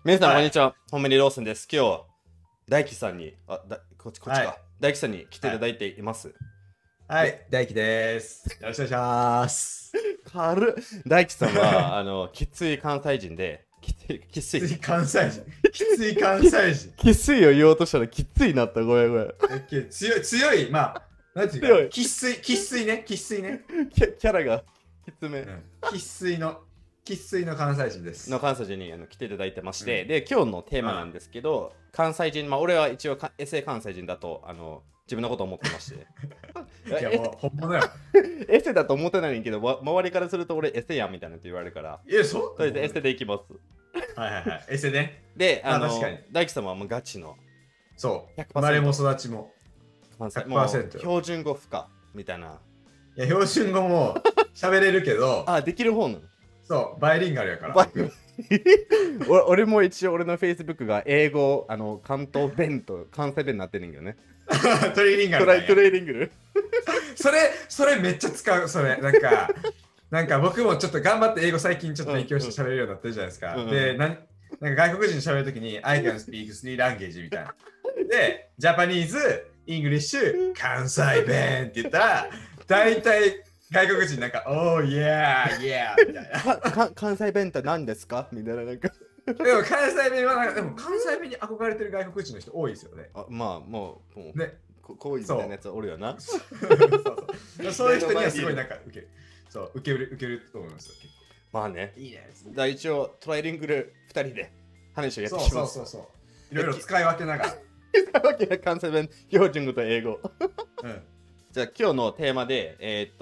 皆さん、 はい。 こんにちは。ホンメリローソンです。今日、大輝さんに、こっちはい。 か。大輝さんに来ていはい。 ただいています。で、 はい。大輝です。よろしくお願いします。 軽っ。大輝さんは、きつい関西人で、きつい、 きつい関西人。きつい関き西人。 きついを言おうとしたらきついなった。ごめんごめん。 強い、強い。まあ、なんていうか、 強い。 生粋ね。生粋ね。 キャラがきつめうん。生粋の関西人でのす。 関西人に来ていただいてまして、 うん。 で、今日のテーうん。 マなんですけど、関西人、まあ、俺は一応エセ関西人だと、自分のこと思ってまして。 いや、 エセ、 もう、本物や。 エセだと思ってないんだけど、周りからすると俺エセやんみたいなって言われるから、 そとりあえずエセうもうね。 でいきます。 はいはいはい。エセね。 で、 まあ、確かに。 大輝様はもうガチのそう。生まれも 100% 育ちも関西、もう 100%よ。 標準語不可みたいな。 いや、標準語も喋れるけど、 あ、できる方なの。 そう、バイリンガルやから、 バイ僕。 俺も一応俺の Facebook が英語、関東弁と関西弁になってるんだけどね。 トリリンガルなんトや。 レーニング。 それめっちゃ使う、それ。なんか僕もちょっと頑張って英語最近ちょっと勉強して喋れるようになってるじゃないですか。で、 うんうん。 なんか外国人と喋るときに I can speak three language みたいな。で、ジャパニーズ、イングリッシュ、関西弁って言ったら、大体外国人なんか、Oh yeah, yeah みたいな。 関西弁って何ですかみたいな、なんか。 でも関西弁はなんか、でも関西弁に憧れてる外国人の人多いですよね。 あ、まあ、もうね、 こういうみたいなやつおるよな。 そうそう。そういう目の人にはすごい前にいる。 なんか受けると思いますよ、結まあね。 構。いいね。 一応トライリングル2人で話をやってそうきます。 そうそうそう。いろいろ使い分けながら。 わけな関西弁、標準語と英語。 うん。 じゃあ今日のテーマで、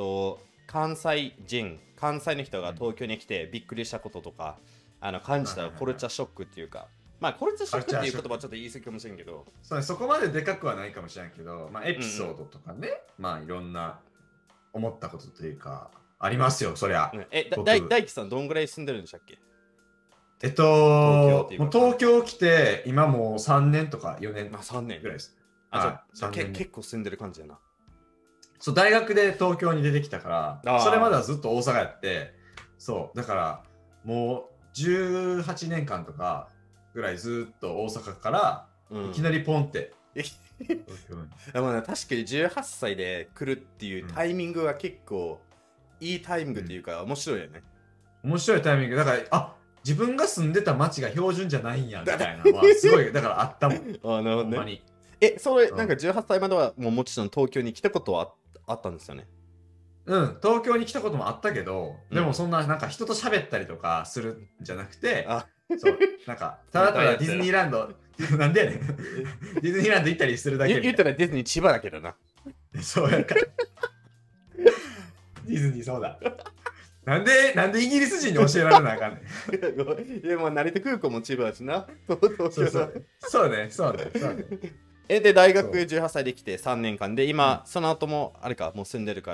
関西の人がうん。 東京に来てびっくりしたこととか、感じたはいはいはいはい。 コルチャーショックっていうか、まあコルチャーシカルョックっていう言チャーショック。 葉はちょっと言い過ぎかもしれんけど、 そうね、そこまででかくはないかもしれんけど、まあエうんうん。 ピソードとかね、まあいろんな思ったことというか、ありますよ、そりゃ。 うん、 僕。 大輝さんどんぐらい住んでるんでしたっけ？東京っていうもうか関東。 東京来て、今もう3年とか4年まあ3年。 ぐらいです。 あ、じゃはい、 あ、 3年目。 結構住んでる感じやな。 そう、大学で東京に出てきたから、それまではああ、 ずっと大阪やって、そう、だから、もう18年間とかぐらいずっと大阪から、 うん。 いきなりポンって、 え東京に。 でもね、確かに18歳で来るっていううん。 タイミングは結構いいタイミングうん。 っていうか面白いよね。 面白いタイミング。だから、自分が住んでた街が標準じゃないんや、みだたいなのは、すごい、だからあったもん。 あ、なるほどね。 ほんまに。 それ、なんかうん。 18歳まではもちろん東京に来たことはあったんですよね。 うん、東京に来たこともあったけど、 うん。 でもそんな、なんか人と喋ったりとかするんじゃなくて、 あ、 そう、なんか、ただ冷たただディズニいやつやな。 ーランド、なんでやねん。ディズニーランド行ったりするだけみ言ったいたらディズニー千葉だけどな。 な。そうやから。ディズニーそうだ。なんでイギリス人に教えられなあかんねん。 いや、まあ、成田空港も千葉だしな。東京の。 そうそう。そうね、そうね、そうね。 で、大学そう。 18歳で来て3年間で、今、 うん。 その後も、あれか、もう住んでるから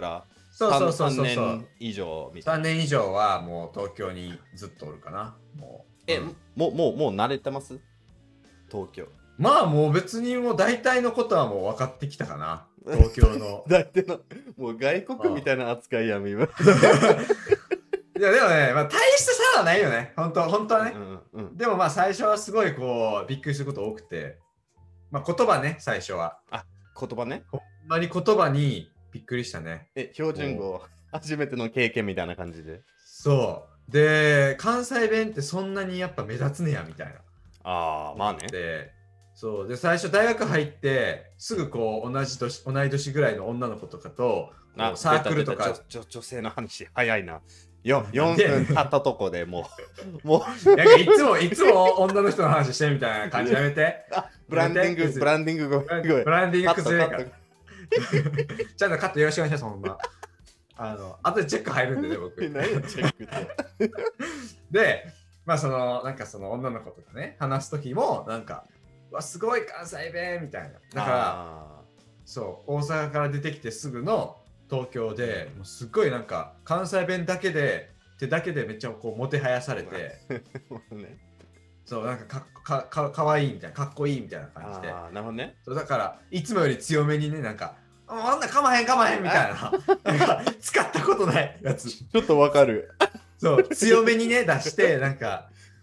、3 そうそうそうそうそう。 年以上みたい 3 な。 年以上はもう東京にずっとおるかな。もう。うん。 もう慣れてます東京。 まあもう別にもう大体のことはもう分かってきたかな。東京の。 だっての、もう外うん。 国みたいな扱いやん、今。 いやでもね、まあ大した差はないよね。本当はうんね。 うんうん。 でもまあ最初はすごいこうびっくりすること多くて、まあ言葉ね、最初は。 あ、言葉ね。 ほんまに言葉にびっくりしたね。 標準こう、 語、初めての経験みたいな感じで。 そう。で、関西弁ってそんなにやっぱ目立つねやみたいなああ、ま思っあね。 て、そうで最初大学入ってすぐこう同い年ぐらいの女の子とかとこうサー出た出た、 クルとか、 女性の話、早いな。4 なんでやねん。 分経ったとこでももうなんかいつも女の人の話してるみたいな感じやめて。 ブやめて。 ランディング、ブランディングごめんごめん。 ブランディングカットカット。 崩れるから。ちゃんとカットよろしくお願いします、ほんま。後でチェック入るんでね、僕。 何やチェックって。 で、まあなんかその女の子とかね、話すときも、なんか、うわ、すごい関西弁みたいな。だから、 あそう、大阪から出てきてすぐの東京あ、うん。 で、もうすっごいなんか、関西弁だけで、手だけでめっちゃこう、もてはやされて、 もうね、 そう、なんかかわいいみたいな、かっこいいみたいな感じで。 ああ、なるほどね。 そうだから、いつもより強めにね、なんか、あんなかまへんかまへんみたいな、なんか、使ったことないやつ。 ちょっとわかる。 そう、強めにね、出して、なんか、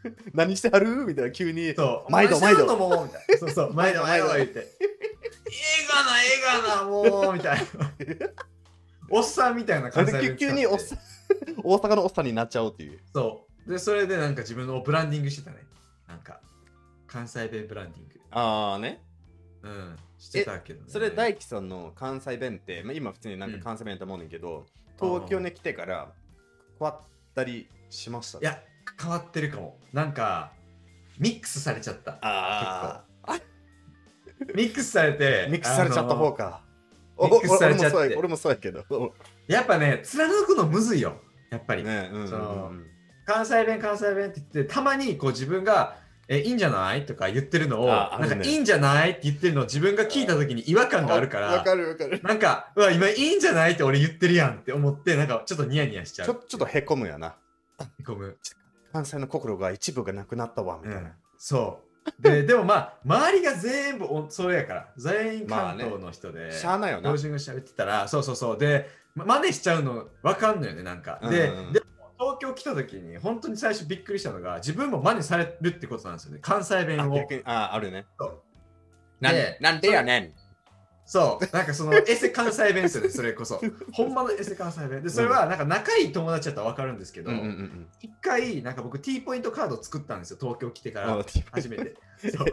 何してはるみたいな急にそう、 毎度毎度のもうみたいな。そうそう、毎度毎度言って。ええがな、もうみたいな。おっさんみたいな関西弁使って。 急に大阪のおっさんになっちゃおうっていう。 そう。で、それでなんか自分のブランディングしてたね。なんか、関西弁ブランディング。 ああね。 うん、してたけどね。 それ大輝さんの関西弁って、まあ、今普通になんか関西弁だと思うんだけど、東京に来てから変わったりしました？ いや、変わってるかも。なんか、ミックスされちゃった。 ああ。 ミックスされて。 ミックスされちゃった方か。 ミックスされちゃって。 俺もそうやけど。 やっぱね、貫くのむずいよ。やっぱり。 ね、 関西弁って言って、たまにこう自分が、いいんじゃないとか言ってるのを、なんかいいんじゃないって言ってるのを自分が聞いた時に違和感があるから、 わかる。 なんか、うわ、今いいんじゃないって俺言ってるやんって思って、なんかちょっとニヤニヤしちゃう。 ちょっとへこむやな。 へこむ。 関西の心が一部がなくなったわ、みたいな。 そうでもまあ周りが全部それやから全員関東の人で、 しゃあないよな。 標準語喋ってたらそうで、真似しちゃうの分かんのよねなんか、で東京来た時に本当に最初びっくりしたのが自分も真似されるってことなんですよね、関西弁を。 あるね。 なんでやねん。 そうなんかそのエセ関西弁ですよね、それこそほんまのエセ関西弁で、それはなんか仲いい友達だったら分かるんですけど、一回なんか僕 T ポイントカード作ったんですよ、東京来てから初めて。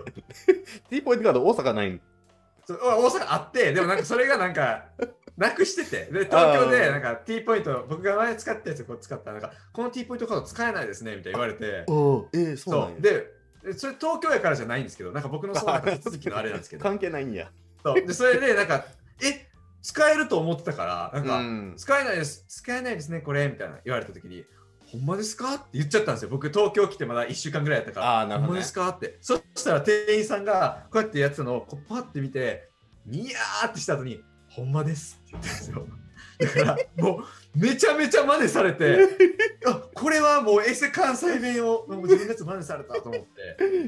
T ポイントカード大阪ないん？ 大阪あって、でもなんかそれがなんかなくしてて、で東京でなんか T ポイント、僕が前使ったやつを使ったらなんかこの T ポイントカード使えないですねみたいに言われて、 そうでそれ東京やからじゃないんですけど、なんか僕のその手続きのあれなんですけど関係ないんや。 そうでそれでなんか使えると思ってたから、なんか、使えないですねこれみたいな言われた時に、ほんまですかって言っちゃったんですよ。僕東京来てまだ1週間ぐらいやったから、ほんまですかって。そしたら店員さんがこうやってやってたのをこうパッて見て、ニヤーってした後に、ほんまですって言ったんですよ。だからもうめちゃめちゃ真似されて、これはもうエセ関西弁をもう自分のやつ真似されたと思って。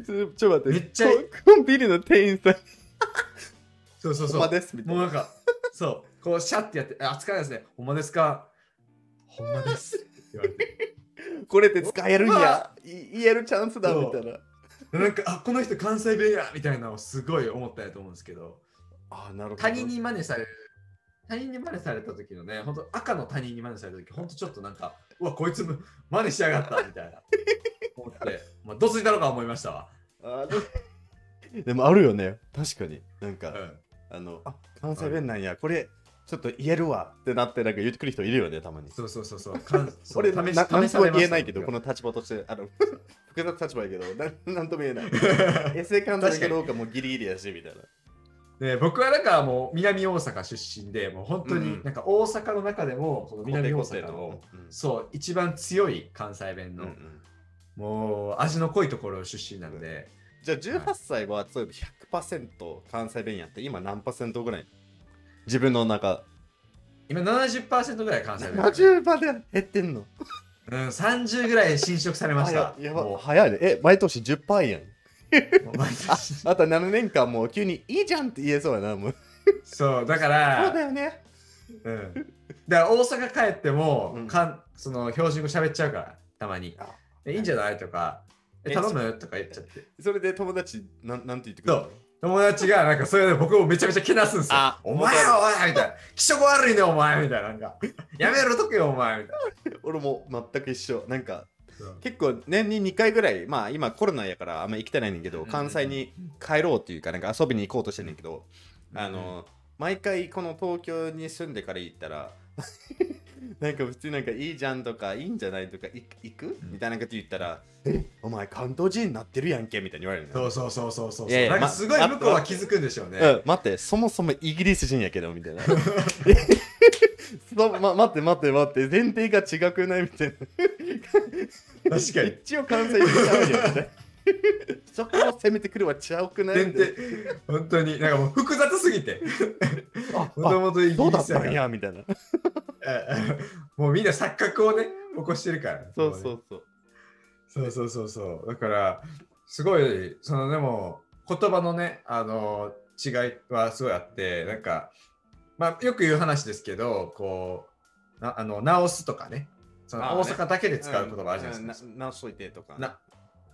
ちょっと待って、 めっちゃコンビニの店員さん。 そうほんまですみたいな。 もうなんかそうこうシャッてやって、使えないですね、ほんまですか、ほんまですって言われて、 これって使えるんや、言えるチャンスだみたいな。 なんかこの人関西弁やみたいなのをすごい思ったんやと思うんですけど、 なるほど。 他人に真似された時のね、本当赤の他人に真似された時、本当ちょっとなんか、うわこいつ真似しやがったみたいな思って、どついたのか思いましたわ。 でもあるよね、確かに。なんか、関西弁なんや、これちょっと言えるわってなってなんか言ってくる人いるよね、たまに。 そう。 俺、なんとも言えないけど、この立場として、複雑立場やけど、なんとも言えない。エセ関西かどうかもギリギリやし、みたいな。 で僕はなんかもう南大阪出身で、もう本当になんか大阪の中でもその南大阪のそう一番強い関西弁のもう味の濃いところ出身なので。 じゃあ18歳はそういえば 100% 関西弁やって、今何%ぐらい自分の中？ 今 70% ぐらい関西弁。 70%で減ってんの ？30ぐらい侵食されました。 早いね。毎年 10% やん。あと7年間もう急にいいじゃんって言えそうやな、もう。 そうだからそうだよね。 だから大阪帰っても、その標準語喋っちゃうから、たまにいいんじゃないとか、頼むとか言っちゃって。 それで友達なんて言ってくるの？ 友達がなんかそれで僕をめちゃめちゃけなすんですよ。お前はおいみたいな。気色悪いねお前みたいな。なんかやめろとけよお前みたいな。 俺も全く一緒。なんか結構年に2回ぐらい、まあ今コロナやからあんま行きたいねんけど、関西に帰ろうっていうかなんか遊びに行こうとしてんねんけど、毎回この東京に住んでから行ったらなんか普通になんかいいじゃんとかいいんじゃないとか行くみたいなこと言ったら、お前関東人になってるやんけみたいに言われるの。 そうなんかすごい向こうは気づくんでしょうね。 待ってそもそもイギリス人やけどみたいな。待って前提が違くないみたいな。 確かに一応関西人ちゃうやんみたいな。そこを攻めてくるはちゃうくない？ 本当になんかもう複雑すぎて。もともとイギリスそうだったんやみたいな。 もうみんな錯覚をね起こしてるから。そうだからすごいそのでも言葉のね違いはすごいあって、なんかまあよく言う話ですけど、こう直すとかね、その大阪だけで使う言葉あるじゃないですか。 直しといてとか。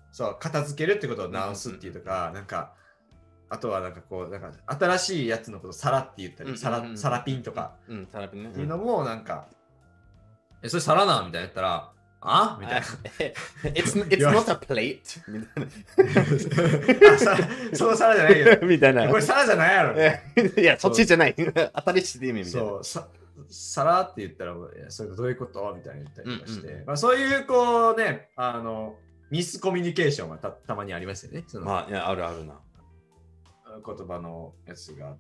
そう片付けるってことを直すっていうとか、なんかあとはなんかこうなんか新しいやつのこと皿って言ったり、サラピンとかサラピンね。 っていうのもなんか、それ皿なみたいなやったら、あみたいな。 It's not a plate みたいな。 その皿じゃないけど。 みたいな。 これ皿じゃないやろ。 いや、そっちじゃない。当たりして意味みたいな。 そう、皿って言ったら、それどういうことみたいな言ったりとかして。まあ、そういうこうね、ミスコミュニケーションがたまにありますよね。 まあ、いや、あるあるな。 言葉のやつがあって。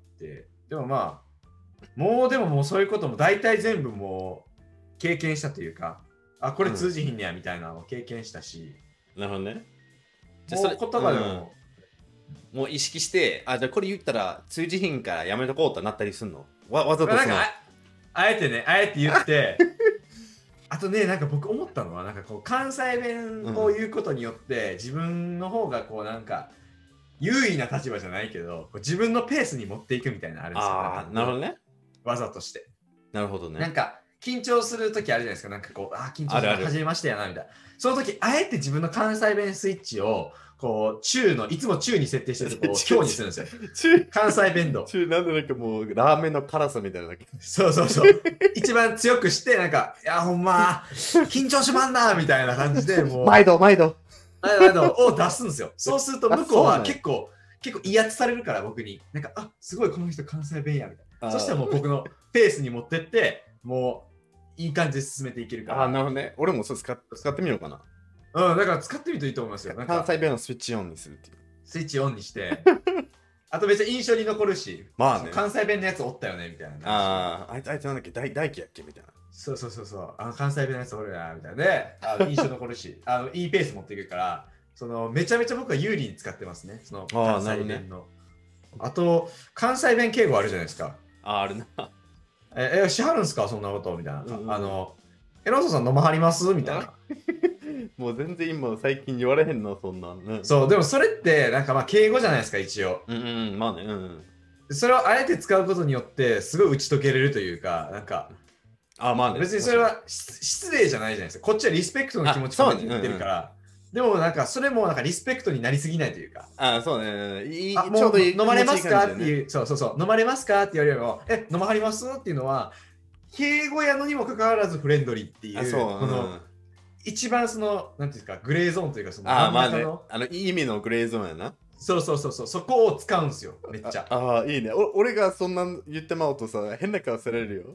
でもまあ、もうそういうことも大体全部もう経験したというか、あ、これ通じひんねやみたいなのを経験したし。 なるほどね。 じゃあそれ言葉でも、 もう意識して、じゃあこれ言ったら通じひんからやめとこうとなったりすんの？わざとなんかあえて言って、あとね、なんか僕思ったのは、なんかこう関西弁を言うことによって、自分の方がこうなんか優位な立場じゃないけど、自分のペースに持っていくみたいなのあるんですよ。 ああ、なるほどね。 わざとして。 なるほどね。 なんか緊張するときあるじゃないですか。なんかこう、緊張する始めましたやなみたいな。その時あえて自分の関西弁スイッチをこういつも中に設定してるとこを強にするんですよ。関西弁度。 なんでなんかもうラーメンの辛さみたいな。 そう。一番強くして、なんか、いやほんま、緊張しまんなみたいな感じで、もう。 毎度を出すんですよ。そうすると向こうは結構威圧されるから僕に。なんか、すごいこの人関西弁やみたいな。そしたらもう僕のペースに持ってって、もういい感じで進めていけるから。 なるほどね。俺もそう使ってみようかな。 だから使ってみるといいと思いますよ。なんか関西弁のスイッチオンにするっていう。 スイッチオンにして、あと別に印象に残るし、 まあね。 関西弁のやつおったよねみたいな。あいつなんだっけ、大輝やっけみたいな。 そう。関西弁のやつおるやみたいなで、印象残るし、いいペース持っていくから、めちゃめちゃ僕は有利に使ってますね。その関西弁の。あと、関西弁敬語あるじゃないですか。 あるな。 しはるんすかそんなことみたいな。エロソさん飲まはりますみたいな。 もう全然今最近言われへんのそんなんね。 そう、でもそれってなんかまあ敬語じゃないですか一応。 まあね。 それをあえて使うことによってすごい打ち解けれるというか、なんか。 まあね。 別にそれは失礼じゃないじゃないですか。こっちはリスペクトの気持ち込めて言ってるから。でもなんかそれもなんかリスペクトになりすぎないというか。 そうね。 ちょうど飲まれますかっていう、そう。飲まれますかって言われれば、飲まはりますっていうのは、敬語やのにもかかわらずフレンドリーっていう、この一番なんていうんですか、グレーゾーンというか、 真ん中の。いい意味のグレーゾーンやな。 そう、そこを使うんですよ、めっちゃ。 いいね。俺がそんな言ってまうとさ、変な顔されるよ。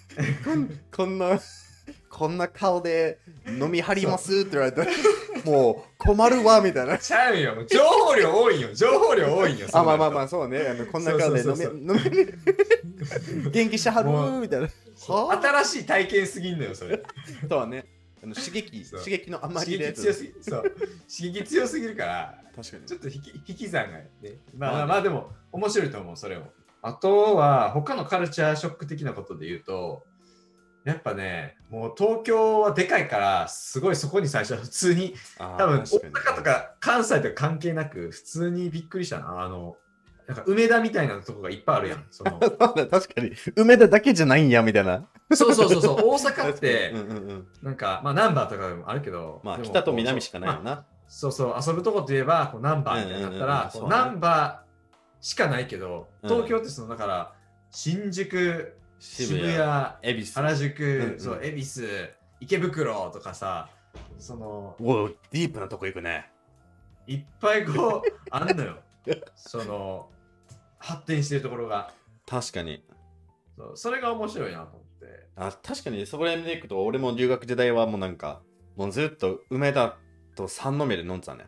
こんな顔で飲み張りますって言われたらもう困るわみたいな。 ちゃうよ。情報量多いよ。 まあそうね。こんな顔で飲み元気しはるみたいな。 新しい体験すぎんのよ、それ。 そうね。刺激のあまりで。 刺激強すぎるから、 確かにちょっと引き算がね。まあでも面白いと思う、それも。あとは他のカルチャーショック的なことで言うと、やっぱね、もう東京はでかいから、すごいそこに最初は普通に、多分大阪とか関西とか関係なく、普通にびっくりしたな。なんか梅田みたいなとこがいっぱいあるやん。 確かに、梅田だけじゃないんやみたいな。 そう。大阪って、なんか、まあ、ナンバーとかでもあるけど、 まあ、北と南しかないよな。 そう、遊ぶとこといえば、ナンバーみたいになったら、ナンバーしかないけど、東京ってだから、新宿、渋谷、 恵比寿、 原宿、恵比寿、池袋とかさ、 ディープなとこ行くね。 いっぱいこう、あんのよ。発展してるところが。 確かに。 それが面白いなと思って。 確かに、そこら辺でいくと、俺も留学時代はもうなんか、もうずっと梅田と三宮で飲んでたね。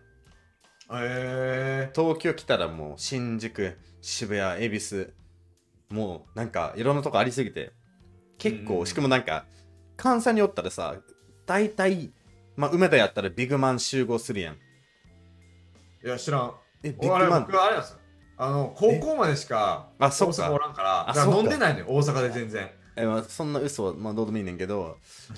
東京来たらもう新宿、渋谷、恵比寿、もうなんかいろんなとこありすぎて、結構、しかもなんか、関西におったらさ、大体、まあ梅田やったらビッグマン集合するやん。 いや、知らん。 ビッグマン。 僕はあれなんですよ。高校までしか大阪おらんから、飲んでないのよ、大阪で全然。 そんな嘘は、まあどうでもいいねんけど、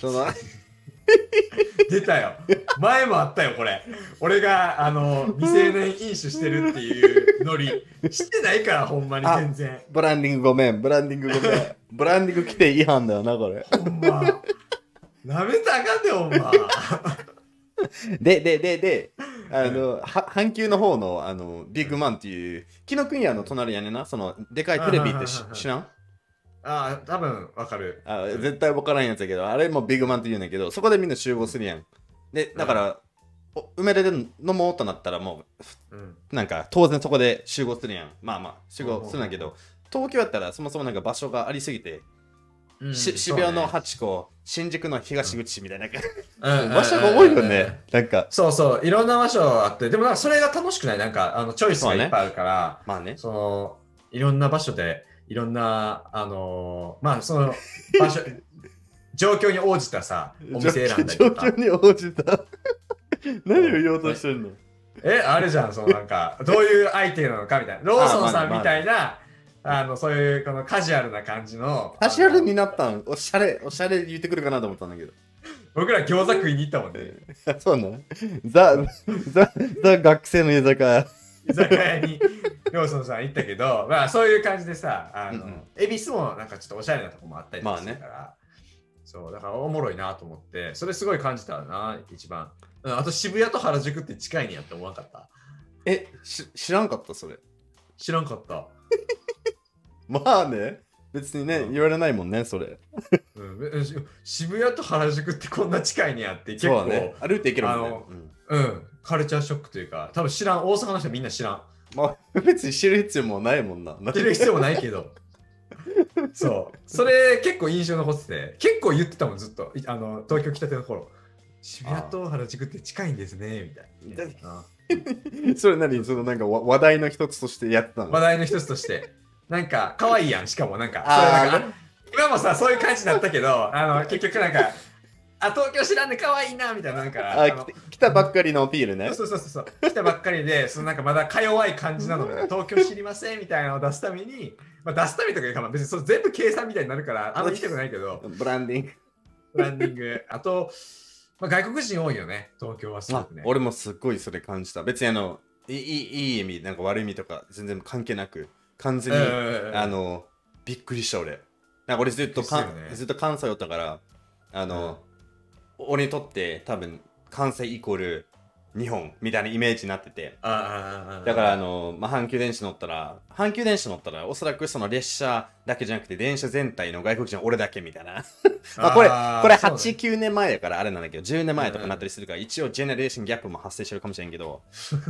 出たよ。前もあったよ、これ。俺が、未成年飲酒してるっていうノリ。してないから、ほんまに全然。 ブランディングごめん。ブランディング規定違反だよな、これ。 ほんま。なめたらあかんで、ほんま。 で、 阪急の方のビッグマンっていう紀ノ国屋の隣やねんな、そのでかいテレビって知らん？ 多分わかる。 絶対分からんやつやけど、あれもビッグマンって言うんだけど、そこでみんな集合するやん。でだから、梅田で飲もうとなったらもう、なんか当然そこで集合するやん。まあ集合するんだけど、東京やったらそもそもなんか場所がありすぎて、渋谷の8個、新宿の東口みたいな、場所が多いよね。なんかそうそう、いろんな場所あって、でもなんかそれが楽しくない？なんかチョイスがいっぱいあるから、 まあね、 そのいろんな場所でいろんなまあその場所状況に応じたさ、お店選んだりとか。 状況に応じた何を言おうとしてるの？ あれじゃん、そのなんかどういう相手なのかみたいな。ローソンさんみたいな、そういうこのカジュアルな感じの。 カジュアルになったん？おしゃれ言ってくるかなと思ったんだけど。 僕ら餃子食いに行ったもんね。 そうなの？ザ学生の居酒屋。 居酒屋にローソンさん行ったけど、まあそういう感じでさ、恵比寿もなんかちょっとおしゃれなとこもあったりとかするから、そうだからおもろいなと思って、それすごい感じたな、一番。あと渋谷と原宿って近いんやって思わなかった？ 知らんかったそれ。 知らんかった。 まあね、別にね、言われないもんね、それ。 渋谷と原宿ってこんな近いんやって結構、 ね、歩いていけるもんね。 カルチャーショックというか、多分知らん、大阪の人みんな知らん。 まあ別に知る必要もないもんな。 知る必要もないけど。そう。それ結構印象残ってて、結構言ってたもん、ずっと。東京来たての頃。渋谷と原宿って近いんですね、みたいな。 それ何？そのなんか話題の一つとしてやってたの？ 話題の一つとして。なんか、可愛いやん、しかもなんか。それなんか今もさ、そういう感じになったけど、結局なんか、東京知らんで可愛いな、みたいな。なんか来たばっかりのアピールね。 そう。来たばっかりで、なんかまだか弱い感じなので、東京知りませんみたいなのを出すために、出すためとか別にそ全部計算みたいになるから、あんま言いたくないけど。 ブランディング。 あと、外国人多いよね、東京はすごくね。 俺もすっごいそれ感じた。別にいい意味、なんか悪い意味とか全然関係なく、完全に、びっくりした俺。なんか俺ずっと関西おったから、俺にとって多分関西イコール日本みたいなイメージになってて、だから阪急電車乗ったらおそらくその列車だけじゃなくて電車全体の外国人は俺だけみたいなこれ8、9年前だからあれなんだけど、10年前とかなったりするから、一応ジェネレーションギャップも発生してるかもしれんけど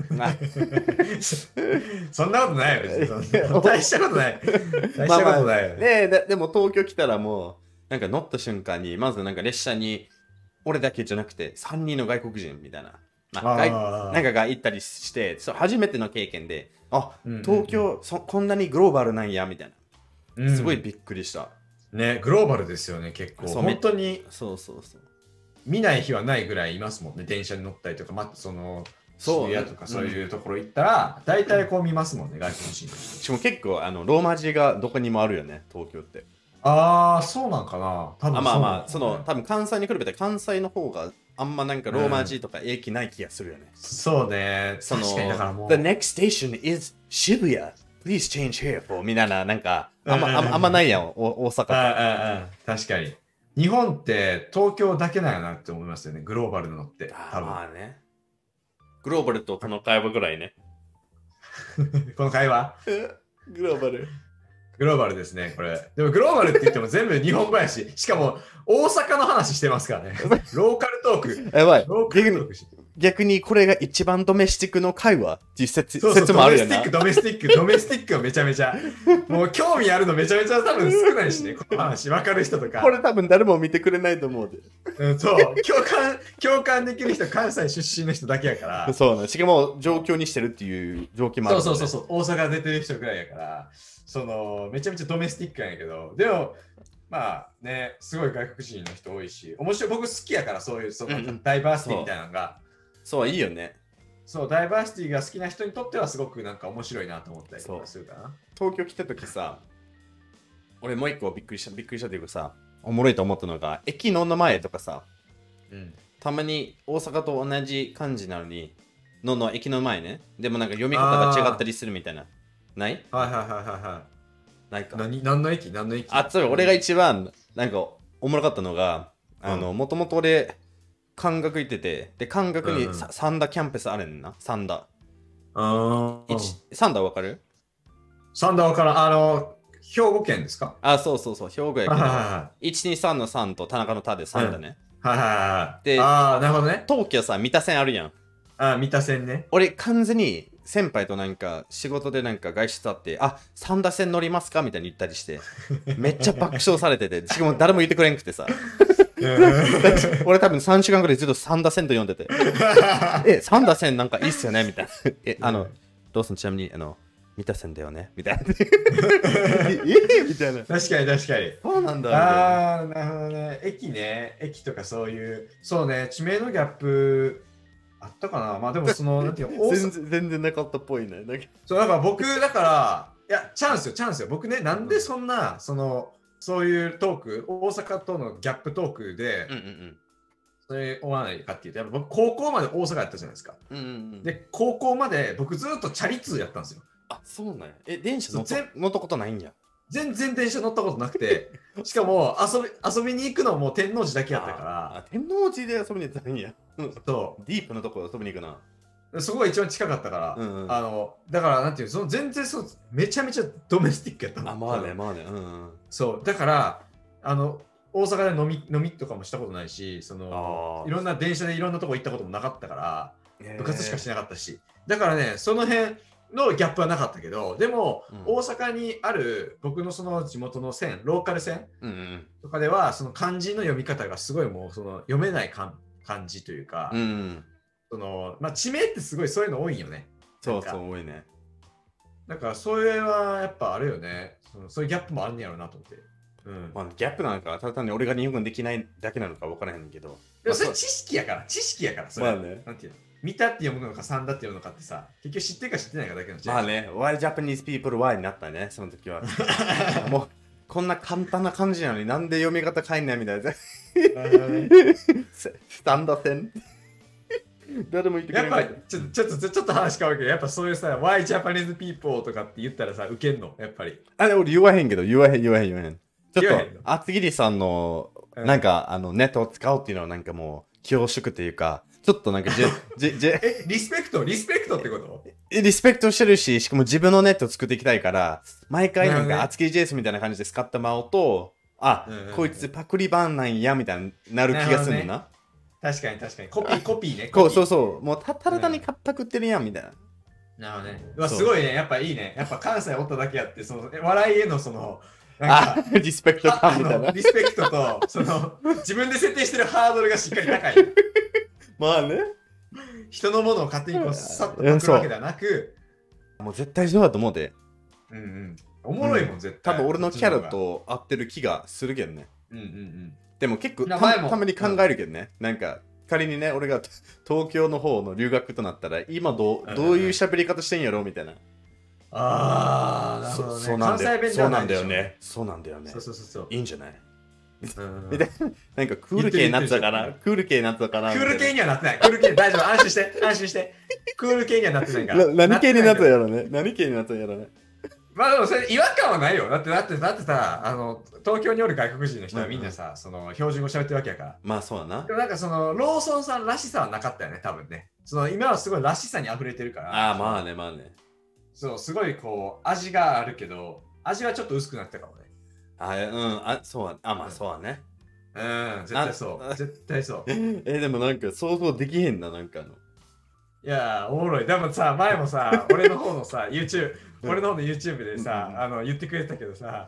そんなことないよ別に。大したことないよね。でも東京来たらもうなんか乗った瞬間にまずなんか列車に俺だけじゃなくて3人の外国人みたいな、なんかが行ったりして、初めての経験で、東京、こんなにグローバルなんやみたいな、すごいびっくりした。 ね、グローバルですよね、結構。本当に見ない日はないぐらいいますもんね、電車に乗ったりとか、渋谷とかそういうところ行ったら、大体こう見ますもんね、外国人。 しかも結構ローマ字がどこにもあるよね、東京って。 そうなんかな。多分多分関西に来るべて関西の方があんまなんかローマ字とか影響ない気がするよね。 そうね。確かにだからもう。 The next station is 渋谷。Please change here for みたいな、なんかあんまないやん、大阪。 確かに。日本って東京だけなんやなって思いますよね、グローバルなのって。多分。 まあね。グローバルとこの会話ぐらいね。 この会話グローバルですね、これ。でもグローバルって言っても全部日本話。しかも大阪の話してますからね。ローカルトーク。 やばい。逆にこれが一番ドメスティックの会話っていう説もあるよね。 ドメスティックはめちゃめちゃ。もう興味あるのめちゃめちゃ多分少ないしね、この話。わかる人とか。 これ多分誰も見てくれないと思うで。そう。共感できる人、関西出身の人だけやから。 そうね。しかも状況にしてるっていう状況もある、ね。 そう。大阪出てる人ぐらいやから。めちゃめちゃドメスティックなんやけど、でも、まあね、すごい外国人の人多いし、面白い、僕好きやから、そういうダイバーシティみたいなのが。 そう、いいよね。 そう、ダイバーシティが好きな人にとってはすごくなんか面白いなと思ったりとかするかな。 東京来た時さ、俺もう一個びっくりしたというかさ、おもろいと思ったのが、駅の名前とかさ、たまに大阪と同じ漢字なのに、の駅の前ね、でもなんか読み方が違ったりするみたいな。ない？ はい。 ないか。 何の駅そう、俺が一番なんかおもろかったのが、もともと俺関学行ってて、で、関学に三田キャンパスあるねんな。三田。三田わかる？ 三田わからん。兵庫県ですか？ あ、そうそうそう、兵庫やけど、 は 123の3と田中の田で3だね。 いはいはい。 で、 なるほどね。 東京さ、三田線あるやん。 三田線ね。 俺、完全に先輩となんか仕事でなんか外出あって、三田線乗りますかみたいに言ったりして、めっちゃ爆笑されてて、しかも誰も言ってくれんくてさ。俺多分3週間ぐらいずっと三田線と呼んでて、三田線なんかいいっすよねみたいな。ローソンちなみに、三田線だよねみたいな。みたいな。 確かに確かに。 そうなんだ。 なるほどね。駅とかそういう、そうね、知名度ギャップあったかな。まあでもなんていうの、 全然なかったっぽいね。 そう、だから僕、だから、いや、チャンスよ。僕ね、なんでそんな、そういうトーク、大阪とのギャップトークで、それ思わないかっていうと、やっぱ僕、高校まで大阪やったじゃないですか。で、高校まで僕ずっとチャリ通やったんですよ。 そうなんや。電車乗ったことないんや。 全然電車乗ったことなくて、しかも遊びに行くのも天王寺だけやったから。 天王寺で遊びに行ったんや。 そう。 ディープなところ遊びに行くな。 そこが一番近かったから、だからなんていう全然めちゃめちゃドメスティックやったの。 まあね。 そう、だから、大阪で飲みとかもしたことないし、いろんな電車でいろんなとこ行ったこともなかったから、部活しかしなかったし。だからね、その辺のギャップはなかったけど、でも、大阪にある僕の地元の線、ローカル線とかでは、漢字の読み方がすごいもう読めない漢字というか、地名ってすごいそういうの多いよね。 そう多いね。 だからそれはやっぱあれよね。そういうギャップもあんねやろうなと思って。 ギャップなのか、ただ単に俺が日本語できないだけなのか分からへんけど。 でもそれ知識やから、それ。なんていうの？見たって読むのか、三だって読むのかってさ、結局知ってるか知ってないかだけの違い。 まあね、Why Japanese people why になったね、その時は。もう、こんな簡単な感じなのになんで読み方変えんねんみたいな。スタンダ線誰も言ってくれない。 やっぱちょっと話変わるけど、やっぱそういうさ、Why Japanese people とかって言ったらさ、ウケんのやっぱり。 俺言わへんけど、言わへん。ちょっと、厚切りさんの、なんか、ネットを使うっていうのはなんかもう、恐縮っていうか、ちょっとなんかリスペクトってことリスペクトしてるし、しかも自分のネットを作っていきたいから、毎回なんか、厚切り JS みたいな感じで使ってもらうと、こいつパクリ版なんや、みたいになる気がするんだな。 確かに。コピーね。 そう。もうただ単にパクってるやん、みたいな。 なるほどね。すごいね。やっぱいいね。やっぱ関西おっただけあって、笑いへのなんかリスペクト感みたいな。 リスペクトと、自分で設定してるハードルがしっかり高い。 まあね。 人のものを勝手にさっとパクるわけではなく、 もう絶対そうだと思うで。 おもろいもん、絶対。 多分俺のキャラと合ってる気がするけどね。でも結構たまに考えるけどね。なんか、仮にね、俺が東京の方の留学となったら、今どういう喋り方してんやろみたいな。 なるほどね。関西弁じゃないでしょ。 そうなんだよね。 そう。 いいんじゃないみたいな。なんかクール系になったかなクール系にはなってない。 大丈夫。安心して。クール系にはなってないから。 何系になったんやろね。 まあでもそれ違和感はないよ。だってさ、東京におる外国人の人はみんなさ、標準語喋ってるわけやから。 まあそうだな。 でもなんかローソンさんらしさはなかったよね、多分ね。今はすごいらしさに溢れてるから。 まあね。 そう、すごい味があるけど、味はちょっと薄くなったかもね。 そうまあそうだね。 絶対そう。 でもなんか想像できへんな、なんかいやおもろい。でもさ、前もさ、俺の方の YouTube でさ、言ってくれたけどさ、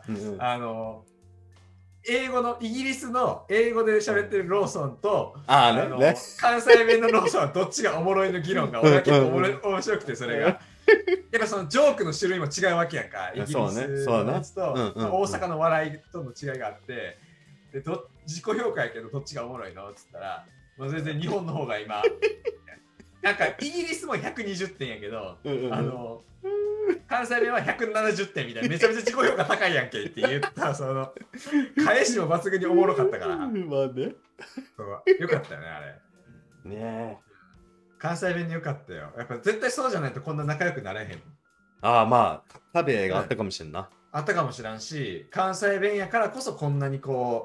イギリスの英語で喋ってるローソンと、関西弁のローソンはどっちがおもろいの議論が、俺は結構面白くて、それが。やっぱジョークの種類も違うわけやんか。イギリスのやつと大阪の笑いとの違いがあって、で自己評価やけどどっちがおもろいのっつったら、もう全然日本の方が今、なんかイギリスも120点やけど、関西弁は170点みたいな、めちゃめちゃ自己評価高いやんけって言った、返しも抜群におもろかったから。 まあね。 よかったよね、あれ。 ねえ。 関西弁でよかったよ。やっぱ絶対そうじゃないとこんな仲良くなれへん。 まあ、食べがあったかもしれんな。 あったかもしれんし、関西弁やからこそこんなに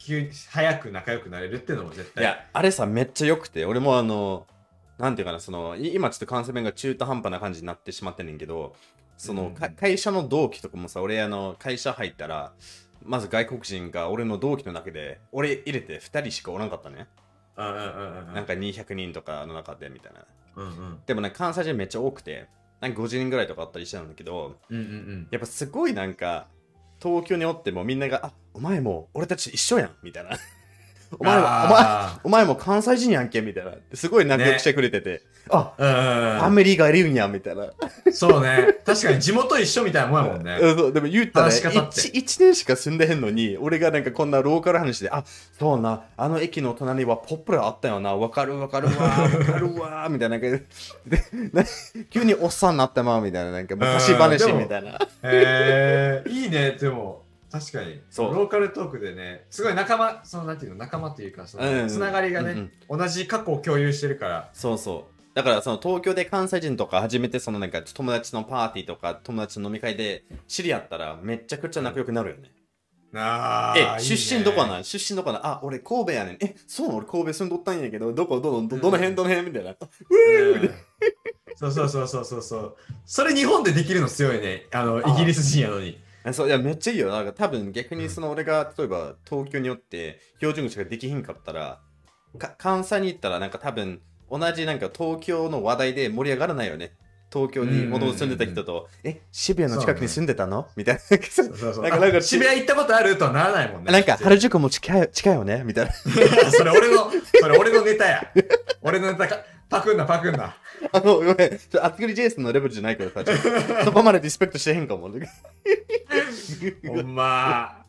早く仲良くなれるっていうのも絶対。 いや、あれさ、めっちゃ良くて、俺もなんていうかな、今ちょっと関西弁が中途半端な感じになってしまってんねんけど、会社の同期とかもさ、俺会社入ったら、まず外国人が俺の同期の中で、俺入れて2人しかおらんかったね。なんか200人とかの中でみたいな。でもね、関西人めっちゃ多くて、なんか50人ぐらいとかあったりしてたんだけど、やっぱすごいなんか、東京におってもみんなが、お前も俺たち一緒やんみたいな。お前も関西人やんけみたいな。すごい納得してくれてて、ファミリーがいるんやみたいな。 そうね。確かに地元一緒みたいなもんやもんね。 でも言ったら、1年しか住んでへんのに、俺がなんかこんなローカル話で、そうな、あの駅の隣はポップラあったよな、わかるわ、みたいな。急におっさんになったままみたいな、なんか昔話みたいな。 いいね、でも。確かにローカルトークでね、すごい仲間、なんていうの、仲間というか、つながりがね、同じ過去を共有してるから。 そうそう。だから東京で関西人とか初めてなんか友達のパーティーとか友達の飲み会で知り合ったらめちゃくちゃ仲良くなるよね。出身どこなん出身どこなん俺神戸やねん。そうなの俺神戸住んどったんやけど、どの辺みたいな。 そう。それ日本でできるの強いね。イギリス人やのに。 いやめっちゃいいよ。なんか多分逆に俺が例えば東京によって標準語しかできひんかったら関西に行ったらなんか多分同じなんか東京の話題で盛り上がらないよね。東京に戻住んでた人と渋谷の近くに住んでたのみたいな。 なんか渋谷行ったことあるとはならないもんね。 なんか原宿も近いよねみたいな。 それ俺のネタや。俺のネタパクんな。 ごめん、あつくりジェイソンのレベルじゃないからさ、そこまでリスペクトしてへんかも。 ほんま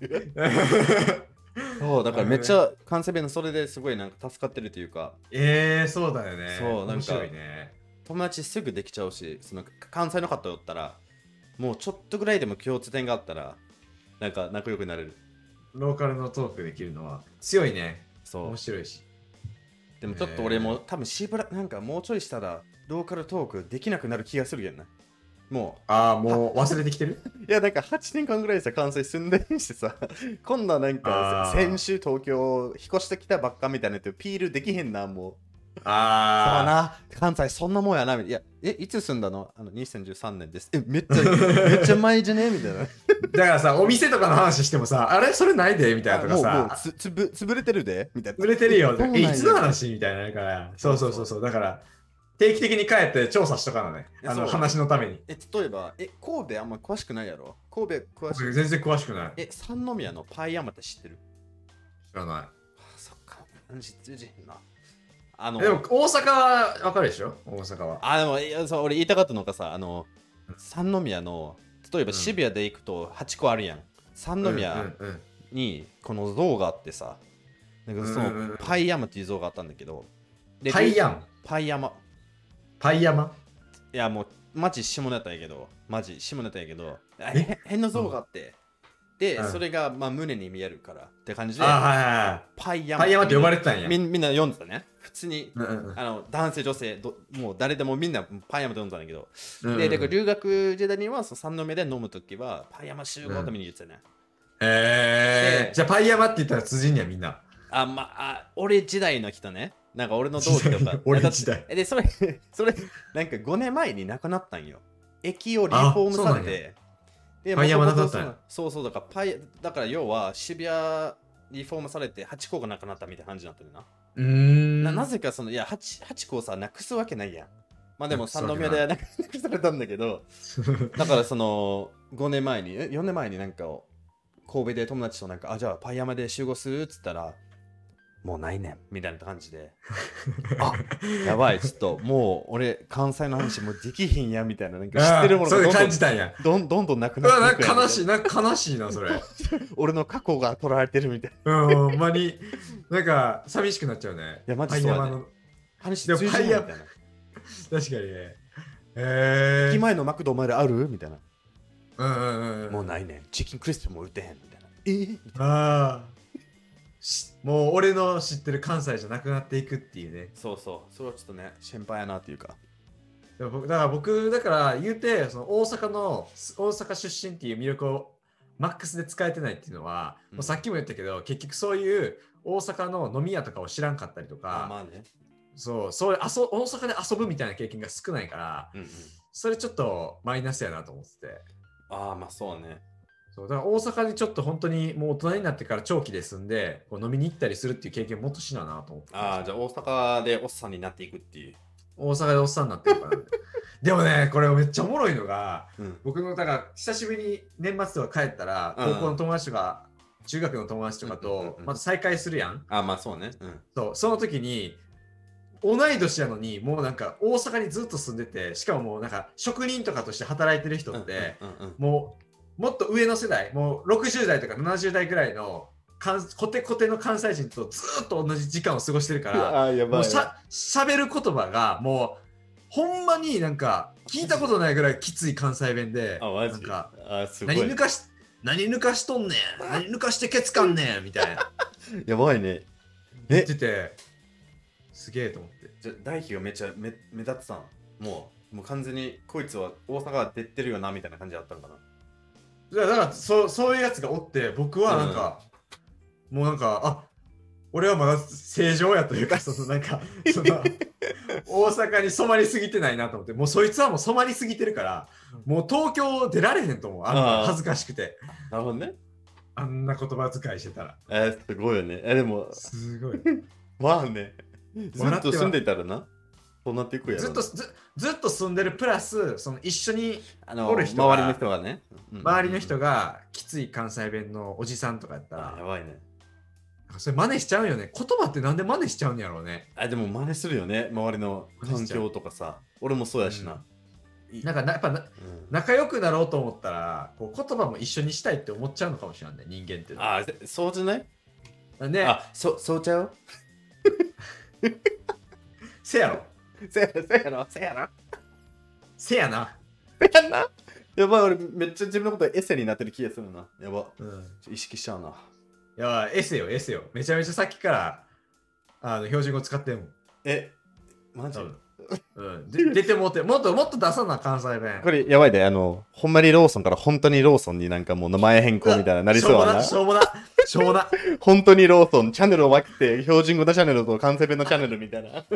そうだからめっちゃ関西弁のそれですごいなんか助かってるというか。 そうだよね。 そうなんか面白いね。 友達すぐできちゃうし、関西の方だったらもうちょっとぐらいでも共通点があったらなんか仲良くなれる。 ローカルのトークできるのは強いね。 そう面白いし。 でもちょっと俺も多分なんかもうちょいしたらローカルトークできなくなる気がするやんな。もう忘れてきてるいやなんか8年間ぐらいさ関西住んでんしてさ、こんななんか先週東京引っ越してきたばっかみたいなってピールできへんな。もうそうな、関西そんなもんやな。いやいつ住んだの2013年です。めっちゃ前じゃねみたいな。 だからさ、お店とかの話してもさ、あれそれないでみたいなとかさ、 もう潰れてるでみたいな。 潰れてるよ。いつの話みたいなから。そう。だから定期的に帰って調査しとかなね。話のために。 例えば神戸あんま詳しくないやろ。神戸詳しくない。 全然詳しくない。 三宮のパイ山って知ってる？ 知らない。 そっか。通じへんな。 でも大阪は分かるでしょ。大阪は。 でも俺言いたかったのがさ、三宮の例えば渋谷で行くと8個あるやん。三宮にこの像があってさ、なんかパイ山っていう像があったんだけど、 パイ山いやもうマジ下ネタやけど変な像があって、で、それが胸に見えるからって感じで、 パイ山って呼ばれてたんや。 みんな読んでたね。普通に男性女性もう誰でもみんなパイ山って読んでたんだけど、で留学時代には三宮で飲むときはパイ山集合と見に言ってたね。 じゃあパイ山って言ったら辻にはみんな。 俺時代の人ね。なんか俺の同期とか。 俺時代。 で、それ、なんか5年前に亡くなったんよ。駅をリフォームされて。 パイ山なくなったんや。 そうだから要は渋谷リフォームされて8個がなくなったみたいな感じになってるな。なぜか8個さ、なくすわけないやん。でも三宮でなくされたんだけど、だから5年前に、4年前になんか神戸で友達となんか、じゃあパイ山で集合するっつったら、もうないねんみたいな感じで、やばい、ちょっともう俺関西の話もうできひんやみたいな、なんか知ってるものがどんどんなくなっていく。 悲しいなそれ。 俺の過去が取られてるみたいな。ほんまになんか寂しくなっちゃうね。 いやマジそうだね。話通じないみたいな。確かにね。 駅前のマクドまであるみたいな。もうないねん。チキンクリスプも売ってへんみたいな。 もう俺の知ってる関西じゃなくなっていくっていうね。 そう。それはちょっとね、心配やなっていうか。 だから僕、言うて、大阪出身っていう魅力をマックスで使えてないっていうのは、 うんもうさっきも言ったけど、結局そういう大阪の飲み屋とかを知らんかったりとか、 まあね。 そういう大阪で遊ぶみたいな経験が少ないから、 うんうん。 それちょっとマイナスやなと思ってて。 ああ、まあそうね。 そうだから大阪にちょっと本当にもう大人になってから長期で住んでこう飲みに行ったりするっていう経験もっとしなと思って。 ああ、じゃあ大阪でおっさんになっていくっていう。 大阪でおっさんになってるから、ね、でもねこれめっちゃおもろいのが、 うん、 僕のだから久しぶりに年末とか帰ったら、高校の友達とか中学の友達とかとまた再会するやん。 ああ、まあそうね。うん。 その時に同い年やのにもうなんか大阪にずっと住んでて、しかももうなんか職人とかとして働いてる人って、もっと上の世代、もう60代とか70代ぐらいのコテコテの関西人とずっと同じ時間を過ごしてるからもうしゃべる言葉がもうほんまになんか聞いたことないぐらいきつい関西弁で、なんか何抜かしとんねん、何抜かしてケツかんねんみたいなやばいね。 言っててすげえと思って。 じゃ大輝がめっちゃ目立ってたん。もう完全にこいつは大阪出てるよなみたいな感じだったのかな。 だからそういうやつがおって、僕はなんか、もうなんか俺はまだ正常やというかなんか大阪に染まりすぎてないなと思って、もうそいつはもう染まりすぎてるからもう東京出られへんと思う。恥ずかしくて。 なるほどね。 あんな言葉遣いしてたら。 すごいよね。でもすごい。 まあね、ずっと住んでたらな、そうなっていくやろ。 ずっと住んでるプラス、その一緒におる人周りの人がね、 周りの人がきつい関西弁のおじさんとかやったら、 やばいね。 それ真似しちゃうよね。言葉ってなんで真似しちゃうんやろうね。 でも真似するよね、周りの環境とかさ。俺もそうやしな。 なんかやっぱ仲良くなろうと思ったらこう言葉も一緒にしたいって思っちゃうのかもしれないね、人間って。 そうじゃないね。 そうちゃうせやろせやな。 せやな。 やばい、俺めっちゃ自分のことエセになってる気がするな。やば。意識しちゃうな。 いや、エセよ。めちゃめちゃさっきから標準語使ってんもん。 マジ出てもって、もっと出さな、関西弁。 これやばいで、ほんまにローソンから本当にローソンになんかもう名前変更みたいななりそうな。 しょうもな。 本当にローソン、チャンネルを分けて、標準語のチャンネルと関西弁のチャンネルみたいな。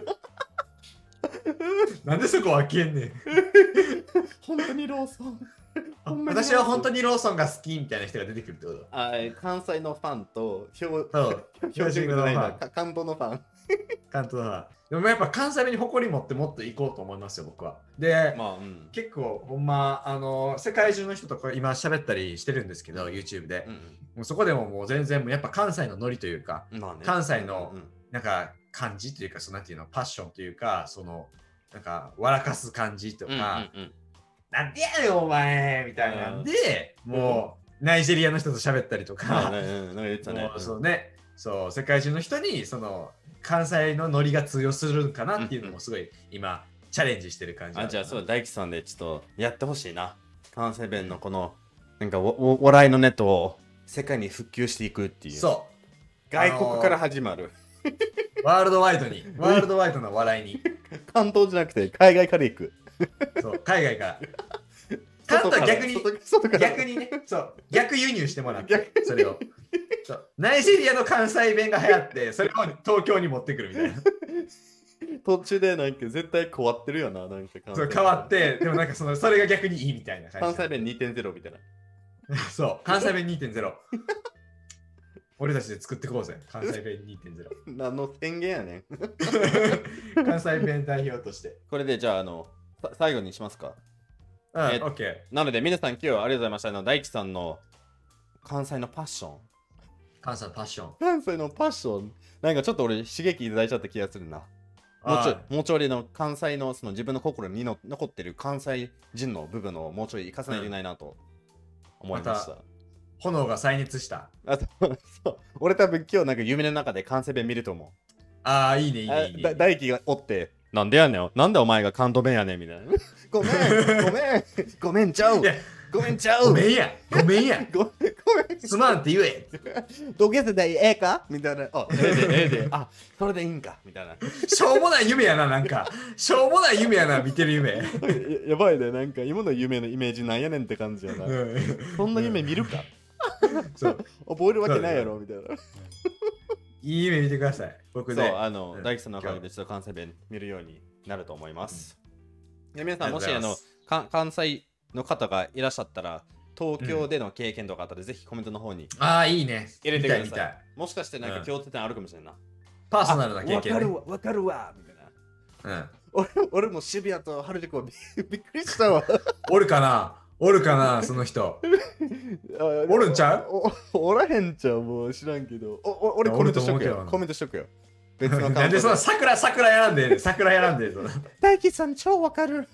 なんでそこ分けんねん。 本当にローソン。 私は本当にローソンが好きみたいな人が出てくるってこと？ 関西のファンと標準語のファン、関東のファン。 関東のファン。でもやっぱ関西弁に誇り持ってもっと行こうと思いますよ、僕は。で、結構ほんま世界中の人とか今喋ったりしてるんですけど、YouTube で。もうそこでももう全然やっぱ関西のノリというか、関西のなんか感じというか、なんていうの、パッションというか、なんか笑かす感じとか、なんでやねんお前みたいなんで、もうナイジェリアの人と喋ったりとか、世界中の人に関西のノリが通用するかなっていうのもすごい今チャレンジしてる感じ。 じゃあそう、大輝さんでちょっとやってほしいな。関西弁のこのなんか笑いのネットを世界に普及していくっていう。外国から始まる。 ワールドワイドの笑いに。 関東じゃなくて海外から行く。 海外から。関東は逆にね、逆輸入してもらって、それを。ナイジェリアの関西弁が流行って、それを東京に持ってくるみたいな。 途中でなんか絶対変わってるよな、なんか変わって、でもなんかそれが逆にいいみたいな感じ。 関西弁 2.0 みたいな。 関西弁 2.0。俺たちで作ってこうぜ、関西弁 2.0。 何の宣言やねん。 関西弁代表として。 これでじゃあ最後にしますか。 OK。 なので皆さん今日はありがとうございました。大輝さんの関西のパッション。関西のパッション。なんかちょっと俺刺激いただいちゃった気がするな。もうちょいの関西の自分の心に残ってる関西人の部分をもうちょい生かさないといけないなと思いました。 炎が再熱した。 俺多分今日なんか夢の中で関西弁見ると思う。 いいね。 大輝がおって、なんでやねん。なんでお前が関東弁やねんみたいな。ごめんちゃう。ごめんや。すまんって言え。 同級生でええかみたいな。ええで。それでいいんかみたいな。 しょうもない夢やな、なんか。しょうもない夢やな、見てる夢。 やばいね、なんか今の夢のイメージなんやねんって感じやな。そんな夢見るかそう。 覚えるわけないやろみたいな。 いい夢見てください。僕ね。 そう、大樹さんのおかげでちょっと関西弁見るようになると思います。皆さん、もし関西の方がいらっしゃったら、東京での経験とかあったら、ぜひコメントの方にいいね。 入れてください。もしかしてなんか共通点あるかもしれんな。 パーソナルな経験。 わかるわみたいな。俺も渋谷と原宿はびっくりしたわ。 おるかなその人。おるんちゃう？ おらへんちゃう、もう知らんけど。俺コメントしとくよ。コメントしとくよ。 別のなんでその桜選んで大吉さん超わかる。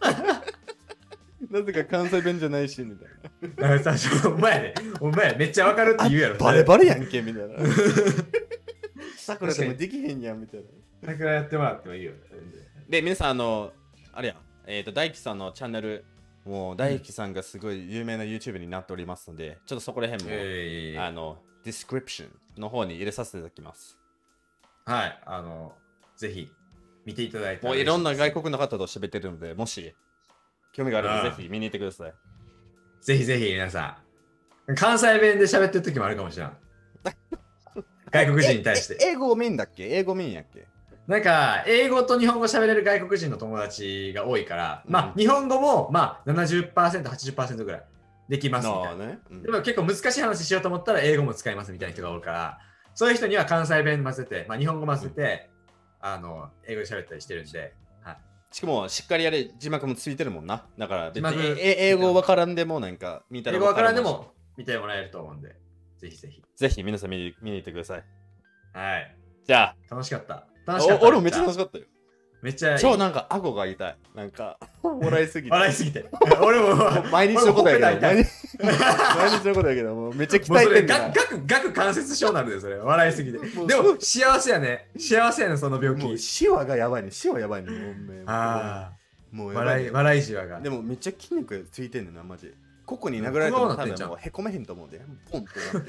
なぜか関西弁じゃないしみたいな。 お前めっちゃわかるって言うやろ。 バレバレやんけみたいな。桜でもできへんやんみたいな。 桜やってもらってもいいよ。 で、皆さんあれや、大吉さんのチャンネル、もう大吉さんがすごい有名な YouTube になっておりますので、ちょっとそこら辺も、ディスクリプションの方に入れさせていただきます。 はい、ぜひ見ていただいて。 もういろんな外国の方と喋ってるので、もし興味があればぜひ見に行ってください。 ぜひぜひ皆さん。関西弁で喋ってる時もあるかもしれん。外国人に対して。 英語メインだっけ？英語メインやっけ？ なんか、英語と日本語喋れる外国人の友達が多いから、まあ、日本語も、まあ、70%、80% ぐらいできますみたいな。 ね、 でも結構難しい話しようと思ったら英語も使いますみたいな人がおるから、そういう人には関西弁混ぜて、まあ、日本語混ぜて、英語で喋ったりしてるんで、はい。 しかも、しっかりやれ、字幕もついてるもんな。だから、別に英語わからんでも、なんか、見たら英語わからんでも見てもらえると思うんで、ぜひぜひ。 ぜひ、皆さん見に行ってください。 はい。 じゃあ、 楽しかった。 俺もめっちゃ楽しかったよ。 めっちゃいい。 超なんか顎が痛い。なんか、笑いすぎて。 俺も毎日のことやけど、毎日のことやけど、もうめっちゃ鍛えてんだ。 顎関節症なんだよ、それ。笑いすぎて。でも、幸せやね、その病気。 もう、シワがやばいね。シワやばいね。 もう、笑いじわが。 でも、めっちゃ筋肉ついてんねんな、マジ。ここに殴られても多分もうへこめへんと思うんで、ポンってなって、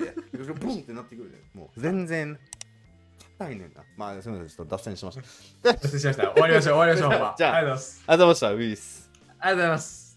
ポンってなってくる。もう、全然。硬いねんな。まあ、すみません、ちょっと脱線しました。 脱線しました。終わりましょう。 じゃあ、ありがとうございました。ウィス。 ありがとうございます。